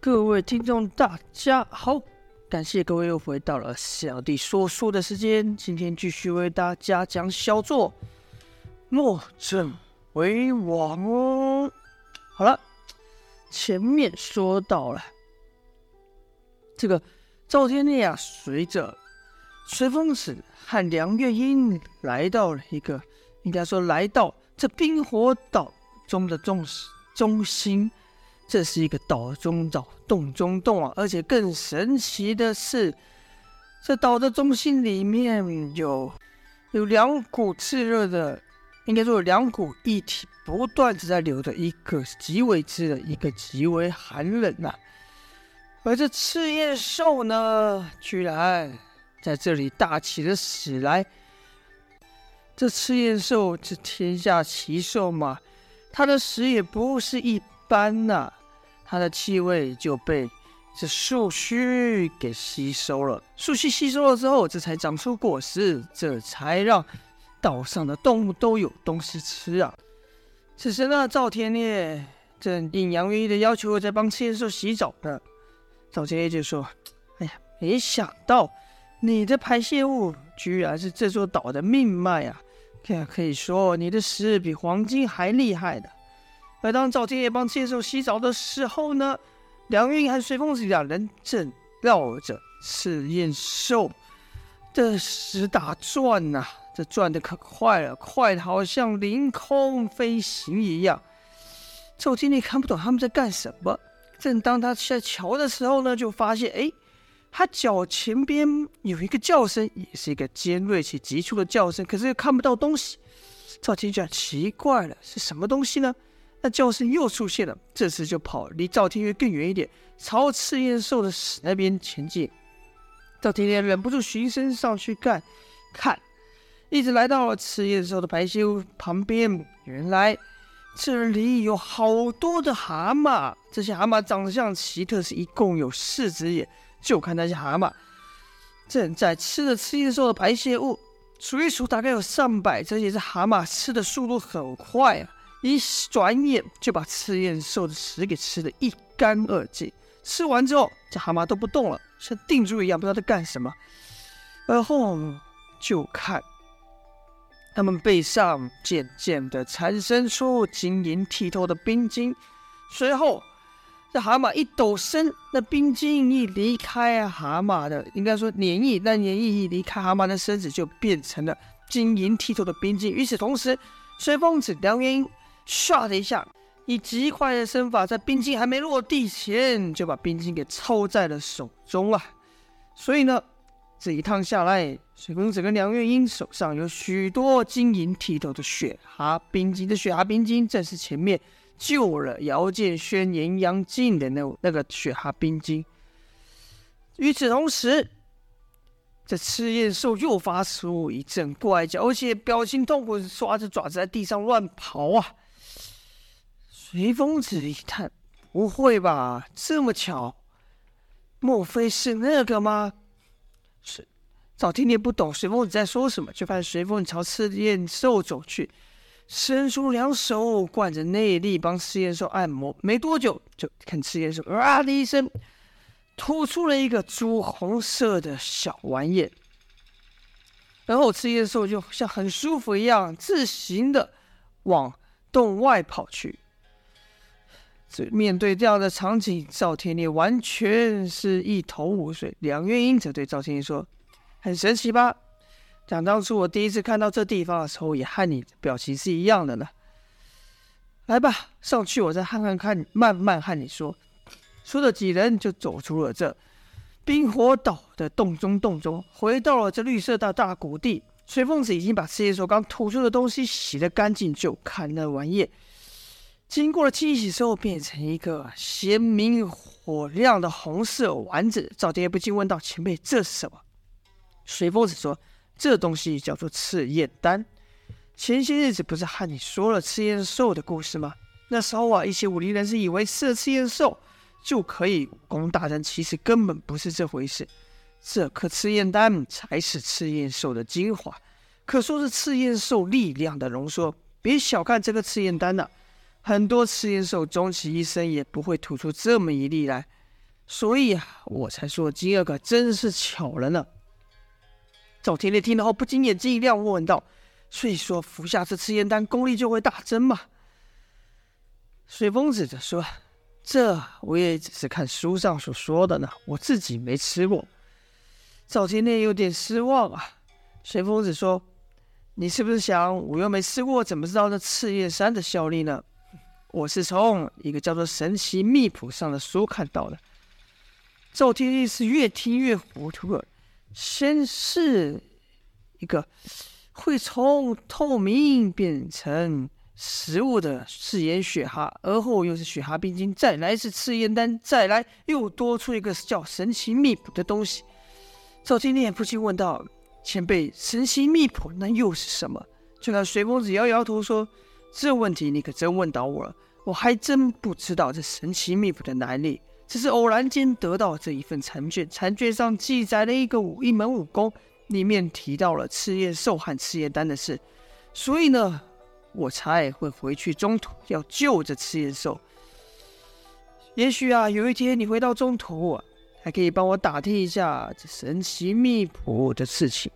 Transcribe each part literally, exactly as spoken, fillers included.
各位听众大家好，感谢各位又回到了小弟说书的时间。今天继续为大家讲小作《莫正为王》哦。好了，前面说到了这个赵天烈啊，随着随风子和梁月英来到了一个，应该说来到这冰火岛中的中中心。这是一个岛中岛，洞中洞啊！而且更神奇的是，这岛的中心里面有有两股炽热的，应该说有两股液体不断的在流的，一个极为炙热，一个极为寒冷啊！而这赤焰兽呢，居然在这里大起了屎来。这赤焰兽是天下奇兽嘛，它的屎也不是一般呐、啊。它的气味就被这树须给吸收了，树须吸收了之后，这才长出果实，这才让岛上的动物都有东西吃啊。此时呢，赵天烈正应杨月一的要求在帮赤焰兽洗澡呢。赵天烈就说：“哎呀，没想到你的排泄物居然是这座岛的命脉啊！可以说你的屎比黄金还厉害的。”而当赵天烈帮赤焰兽洗澡的时候呢，梁月英和随风子两人正绕着赤焰兽的屎打转呐、啊，这转的可快了，快的好像凌空飞行一样。赵天烈看不懂他们在干什么，正当他在瞧的时候呢，就发现哎，他脚前边有一个叫声，也是一个尖锐且急促的叫声，可是又看不到东西。赵天烈觉得奇怪了，是什么东西呢？那叫声又出现了，这次就跑离赵天烈更远一点，朝赤焰兽的屎那边前进。赵天烈忍不住循声上去看，看，一直来到了赤焰兽的排泄物旁边。原来这里有好多的蛤蟆，这些蛤蟆长相奇特，是一共有四只眼。就看那些蛤蟆正在吃着赤焰兽的排泄物，数一数大概有上百只，也是蛤蟆吃的速度很快啊。一转眼就把赤焰兽的屎给吃得一干二净。吃完之后，这蛤蟆都不动了，像定住一样，不知道在干什么。而后就看他们背上渐渐的产生出晶莹剔透的冰晶，随后这蛤蟆一抖身，那冰晶一离开蛤蟆的，应该说黏液，那黏液一离开蛤蟆的身子，就变成了晶莹剔透的冰晶。与此同时，随风子梁月英唰的一下，以极快的身法，在冰晶还没落地前，就把冰晶给抄在了手中啊！所以呢，这一趟下来，随风子跟梁月英手上有许多晶莹剔透的雪蛤冰晶。这雪蛤冰晶正是前面救了姚建轩、严阳靖的那那个雪蛤冰晶。与此同时，这赤焰兽又发出一阵怪叫，而且表情痛苦，刷着爪子在地上乱跑啊！随风子一看，不会吧，这么巧，莫非是那个吗？是赵天烈不懂随风子在说什么，就发现随风子朝赤焰兽走去，伸出两手灌着内力帮赤焰兽按摩。没多久，就看赤焰兽啊的一声吐出了一个朱红色的小玩意，然后赤焰兽就像很舒服一样，自行的往洞外跑去。面对这样的场景，赵天烈完全是一头雾水。梁月英则对赵天烈说：“很神奇吧？想当初我第一次看到这地方的时候，也和你的表情是一样的呢。来吧，上去，我再看看看，慢慢和你说。”说着，几人就走出了这冰火岛的洞中洞中，回到了这绿色的大谷地。随风子已经把赤焰兽刚吐出的东西洗得干净，就看那玩意，经过了清洗之后，变成一个鲜明火亮的红色丸子。赵天烈不禁问道：“前辈，这是什么？”随风子说：“这东西叫做赤焰丹。前些日子不是和你说了赤焰兽的故事吗？那时候啊，一些武林人士以为吃了赤焰兽就可以武功大增，其实根本不是这回事。这颗赤焰丹才是赤焰兽的精华，可说是赤焰兽力量的浓缩。别小看这个赤焰丹啊，很多赤焰兽终其一生也不会吐出这么一粒来。 所以啊，我才说今儿可真是巧了呢。赵天烈听了后不禁眼睛一亮，问道：所以说服下这赤焰丹功力就会大增吗？水风子则说：这我也只是看书上所说的呢，我自己没吃过。赵天烈有点失望啊。水风子说：你是不是想我又没吃过，怎么知道这赤焰山的效力呢？我是从一个叫做神奇秘谱上的书看到的。赵天烈是越听越糊涂了。先是一个会从透明变成食物的赤焰雪蛤，而后又是雪蛤冰晶，再来是赤焰丹，再来又多出一个叫神奇秘谱的东西。赵天烈不禁问道：前辈，神奇秘谱那又是什么？就看水风子摇摇头说：这问题你可真问倒我了，我还真不知道这神奇秘谱的来历，只是偶然间得到这一份残卷，残卷上记载了一个武一门武功，里面提到了赤焰兽和赤焰丹的事，所以呢，我才会回去中土要救这赤焰兽。也许啊，有一天你回到中土啊，还可以帮我打听一下这神奇秘谱的事情。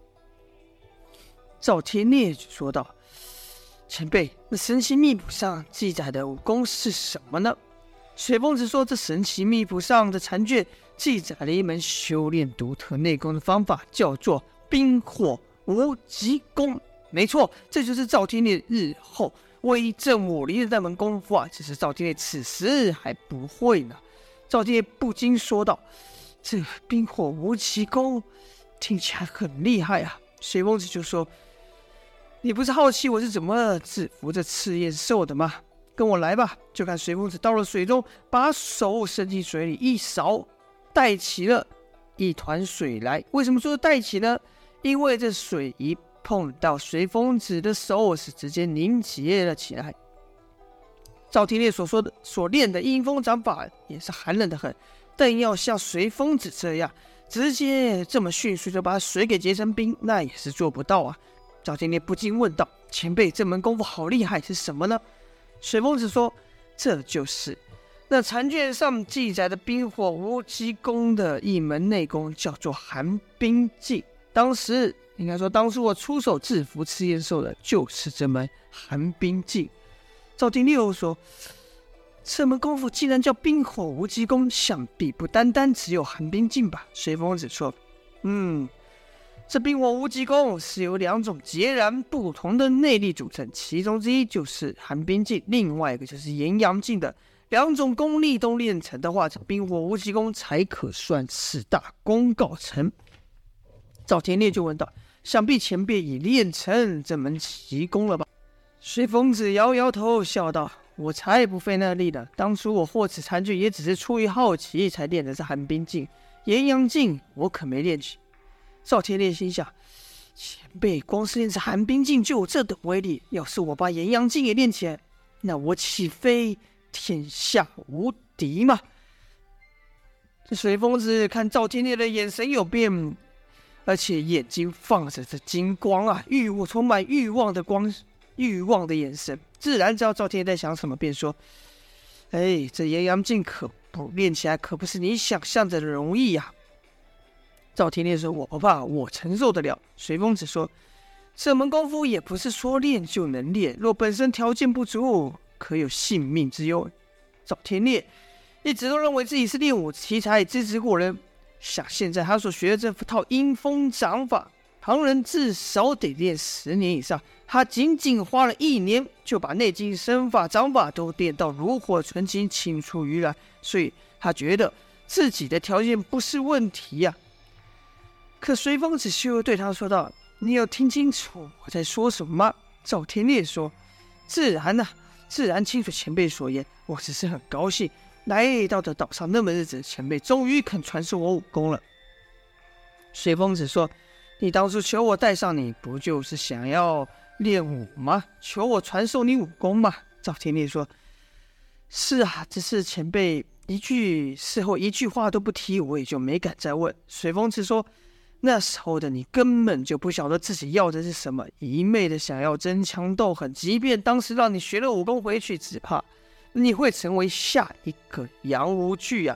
赵天烈就说道：前辈，那神奇秘谱上记载的武功是什么呢？水风子说：这神奇秘谱上的残卷记载了一门修炼独特内功的方法，叫做冰火无极功。没错，这就是赵天烈日后威震武林的那门功夫啊！只是赵天烈此时还不会呢。赵天烈不禁说道：这冰火无极功听起来很厉害啊。水风子就说：你不是好奇我是怎么制服这赤焰兽的吗？跟我来吧。就看水风子到了水中，把手伸进水里一扫，带起了一团水来。为什么说带起呢？因为这水一碰到水风子的手，是直接凝结了起来。赵天烈所说的所练的阴风掌法也是寒冷的很，但要像水风子这样直接这么迅速就把水给结成冰，那也是做不到啊。赵天烈不禁问道：前辈，这门功夫好厉害，是什么呢？水风子说：这就是那残卷上记载的冰火无极功的一门内功，叫做寒冰劲。当时应该说当初我出手制服赤焰兽的就是这门寒冰劲。赵天烈又说：这门功夫既然叫冰火无极功，想必不单单只有寒冰劲吧？水风子说：嗯，这冰火无极功是由两种截然不同的内力组成，其中之一就是寒冰劲，另外一个就是炎阳劲的。两种功力都练成的话，这冰火无极功才可算是大功告成。赵天烈就问道：想必前辈已练成这门奇功了吧？水风子摇摇头笑道：我才不费那力呢，当初我获此残卷也只是出于好奇才练的是寒冰劲，炎阳劲我可没练起。赵天烈心想：前辈光是练这寒冰劲就有这等威力，要是我把炎阳劲也练起来，那我岂非天下无敌吗？这水风子看赵天烈的眼神有变，而且眼睛放着这金光啊，欲我充满欲望的光，欲望的眼神，自然知道赵天烈在想什么，便说：哎，这炎阳劲可不练起来可不是你想象的容易呀、啊。赵天烈说：我不怕，我承受得了。水风子说：这门功夫也不是说练就能练，若本身条件不足，可有性命之忧。赵天烈一直都认为自己是练武奇才，资质过人，想现在他所学的这套阴风掌法，旁人至少得练十年以上，他仅仅花了一年就把内经身法掌法都练到炉火纯青，青出于蓝，所以他觉得自己的条件不是问题呀、啊。可随风子修对他说道：你有听清楚我在说什么吗？赵天烈说：自然啊，自然清楚前辈所言，我只是很高兴来到这岛上那么日子，前辈终于肯传授我武功了。随风子说：你当初求我带上你，不就是想要练武吗？求我传授你武功吗？赵天烈说：是啊，只是前辈一句事后一句话都不提，我也就没敢再问。随风子说：那时候的你根本就不晓得自己要的是什么，一昧的想要争强斗狠，即便当时让你学了武功回去，只怕你会成为下一个杨无惧啊！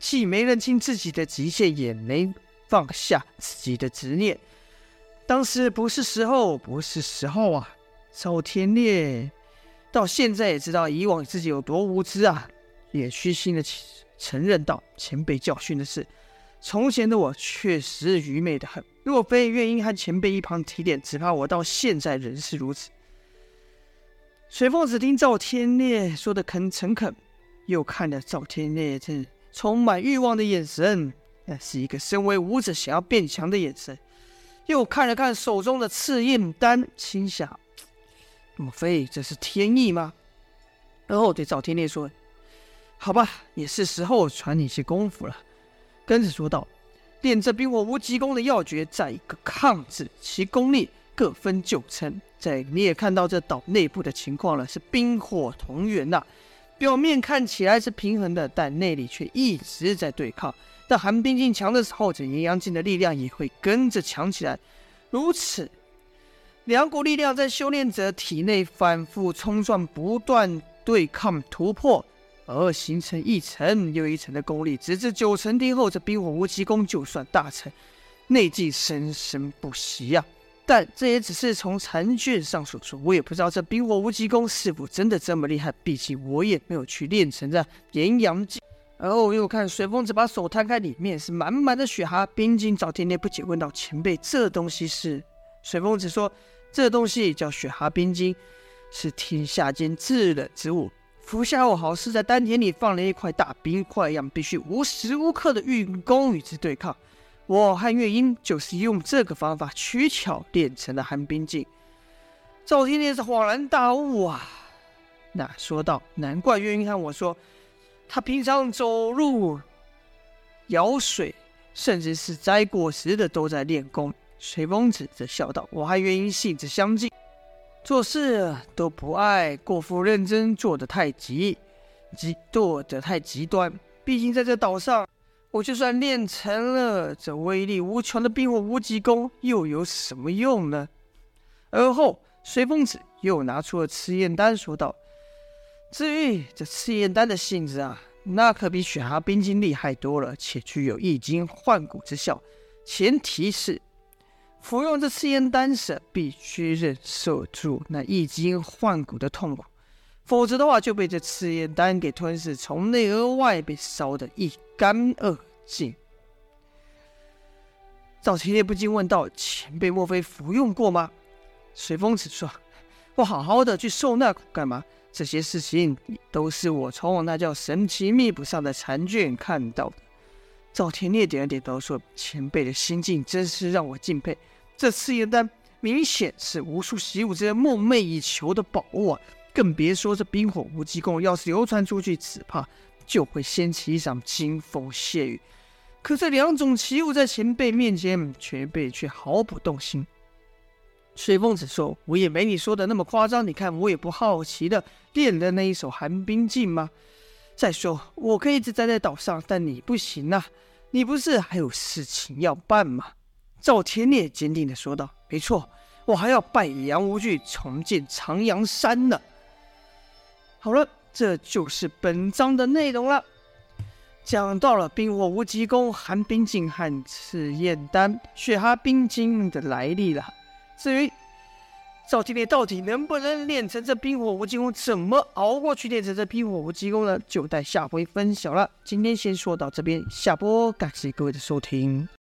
既没认清自己的极限，也没放下自己的执念。当时不是时候，不是时候啊！赵天烈到现在也知道以往自己有多无知啊，也虚心的承认到前辈教训的事。从前的我确实愚昧的很，若非愿意和前辈一旁提点，只怕我到现在仍是如此。水凤子听赵天烈说的肯诚恳，又看了赵天烈这充满欲望的眼神，那是一个身为武者想要变强的眼神。又看了看手中的赤焰丹，心想：莫非这是天意吗？而后对赵天烈说：“好吧，也是时候传你些功夫了。”跟着说道：“练这冰火无极功的要诀，在一个抗字，其功力各分九层。在你也看到这岛内部的情况了，是冰火同源呐、啊。表面看起来是平衡的，但内里却一直在对抗。当寒冰镜强的时候，这阴阳镜的力量也会跟着强起来。如此，两股力量在修炼者体内反复冲撞，不断对抗突破。”而形成一层又一层的功力，直至九层天后，这冰火无极功就算大成，内劲生生不息啊！但这也只是从残卷上所说，我也不知道这冰火无极功是否真的这么厉害，毕竟我也没有去练成这炎阳镜。而后又看水凤子把手摊开，里面是满满的雪蛤冰晶。赵天烈不解问道：“前辈，这东西是？”水凤子说：“这东西叫雪蛤冰晶，是天下间至冷之物。服下后，好似在丹田里放了一块大冰块一样，必须无时无刻的运功与之对抗。我和月英就是用这个方法取巧练成了寒冰镜。”赵天烈是恍然大悟啊，那说道：“难怪月英和我说，他平常走路、舀水，甚至是摘果实的都在练功。”水风子则笑道：“我和月英性子相近，做事都不爱过分认真，做得太急，极做得太极端。毕竟在这岛上，我就算练成了这威力无穷的冰火无极功，又有什么用呢？”而后，水风子又拿出了赤焰丹，说道：“至于这赤焰丹的性质啊，那可比雪蛤冰晶厉害多了，且具有易筋换骨之效。前提是，服用这赤焰丹时，必须忍受住那易筋换骨的痛苦，否则的话就被这赤焰丹给吞噬，从内而外被烧得一干二净。”赵天烈不禁问道：“前辈莫非服用过吗？”水风子说：“我好好的去受那苦干嘛？这些事情都是我从那叫神奇密卜上的残卷看到的。”赵天烈点了点头说：“前辈的心境真是让我敬佩。这赤焰丹明显是无数习武之人梦寐以求的宝物啊！更别说这冰火无极功，要是流传出去，只怕就会掀起一场惊风血雨。可这两种奇物在前辈面前，前辈却毫不动心。”水凤子说：“我也没你说的那么夸张，你看我也不好奇的练了那一手寒冰镜吗？再说我可以一直待在岛上，但你不行啊，你不是还有事情要办吗？”赵天烈坚定的说道：“没错，我还要拜杨无惧重建长阳山呢。”好了，这就是本章的内容了。讲到了冰火无极功、寒冰镜和赤焰丹、雪蛤冰晶的来历了。至于赵天烈到底能不能练成这冰火无极功，怎么熬过去练成这冰火无极功呢？就待下回分晓了。今天先说到这边，下播感谢各位的收听。